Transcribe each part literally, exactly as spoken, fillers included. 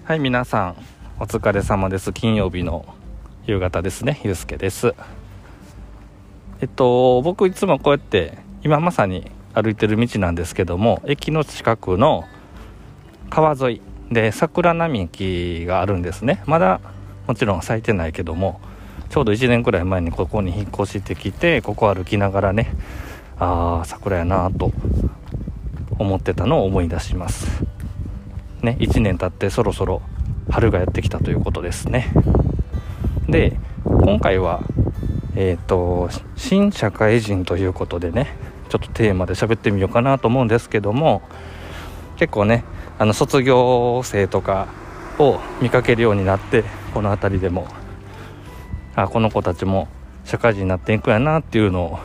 はい、皆さんお疲れ様です。金曜日の夕方ですね。ゆうすけです。えっと僕いつもこうやって今まさに歩いてる道なんですけども、駅の近くの川沿いで桜並木があるんですね。まだもちろん咲いてないけども、ちょうどいちねんくらい前にここに引っ越してきて、ここ歩きながらね、あー桜やなと思ってたのを思い出しますね。いちねん経ってそろそろ春がやってきたということですね。で、今回はえっと新社会人ということでね、ちょっとテーマで喋ってみようかなと思うんですけども、結構ね、あの卒業生とかを見かけるようになって、この辺りでもあこの子たちも社会人になっていくんやなっていうのを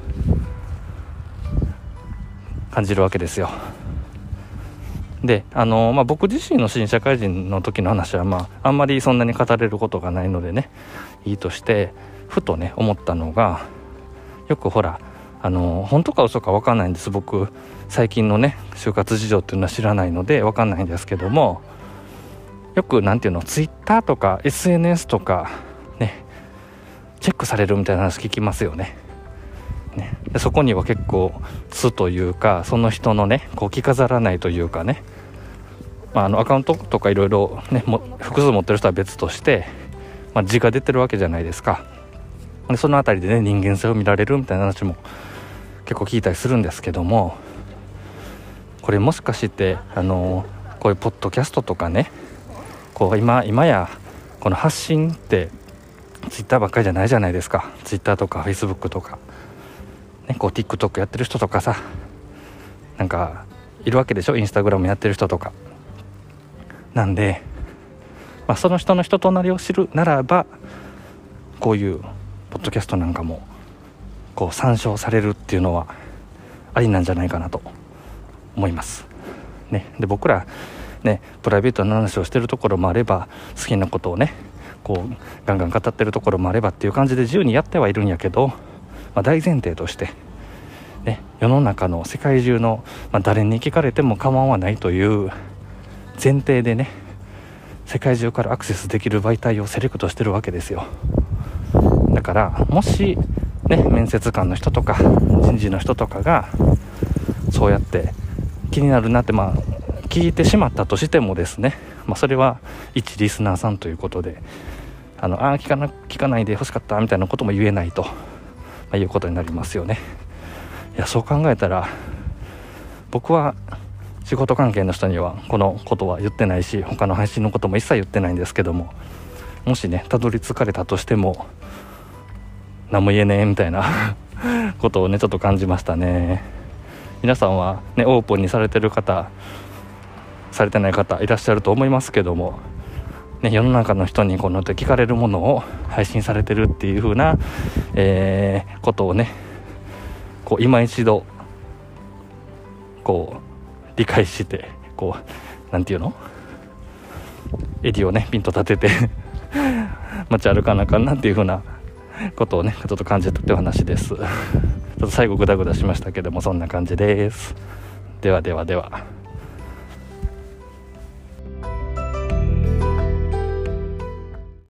感じるわけですよ。で、あのまあ、僕自身の新社会人の時の話は、まあ、あんまりそんなに語れることがないのでね、いいとして、ふとね思ったのが、よくほら、あの本当か嘘か分かんないんです。僕最近のね就活事情っていうのは知らないので分かんないんですけども、よくなんていうの、ツイッターとか エスエヌエス とかねチェックされるみたいな話聞きますよね。ね、でそこには結構素というか、その人のねこう着飾らないというかね、まあ、あのアカウントとかいろいろねも複数持ってる人は別として、まあ、字が出てるわけじゃないですか。でそのあたりでね人間性を見られるみたいな話も結構聞いたりするんですけども、これもしかしてあのこういうポッドキャストとかね、こう今今やこの発信ってツイッターばっかりじゃないじゃないですか。ツイッターとかフェイスブックとかね、こう TikTok やってる人とかさ、なんかいるわけでしょ。インスタグラムやってる人とかなんで、まあ、その人の人となりを知るならば、こういうポッドキャストなんかもこう参照されるっていうのはありなんじゃないかなと思いますね。で、僕らねプライベートな話をしてるところもあれば、好きなことをねこうガンガン語ってるところもあればっていう感じで自由にやってはいるんやけど、まあ、大前提として、ね、世の中の世界中の、まあ、誰に聞かれても構わないという前提でね、世界中からアクセスできる媒体をセレクトしてるわけですよ。だからもし、ね、面接官の人とか人事の人とかがそうやって気になるなって、まあ、聞いてしまったとしてもですね、まあ、それは一リスナーさんということで、あのあ聞かな聞かないで欲しかったみたいなことも言えないと、まあ、いうことになりますよね。いや、そう考えたら僕は仕事関係の人にはこのことは言ってないし、他の配信のことも一切言ってないんですけども、もしねたどり着かれたとしても何も言えねえみたいなことをねちょっと感じましたね。皆さんはねオープンにされてる方、されてない方いらっしゃると思いますけども、ね、世の中の人にこの聞かれるものを配信されてるっていう風な、えー、ことをねこう今一度こう理解して、こうなんていうの、襟をねピンと立てて街歩かなあかんなっていう風なことをねちょっと感じたっていう話です。ちょっと最後グダグダしましたけども、そんな感じです。ではではでは。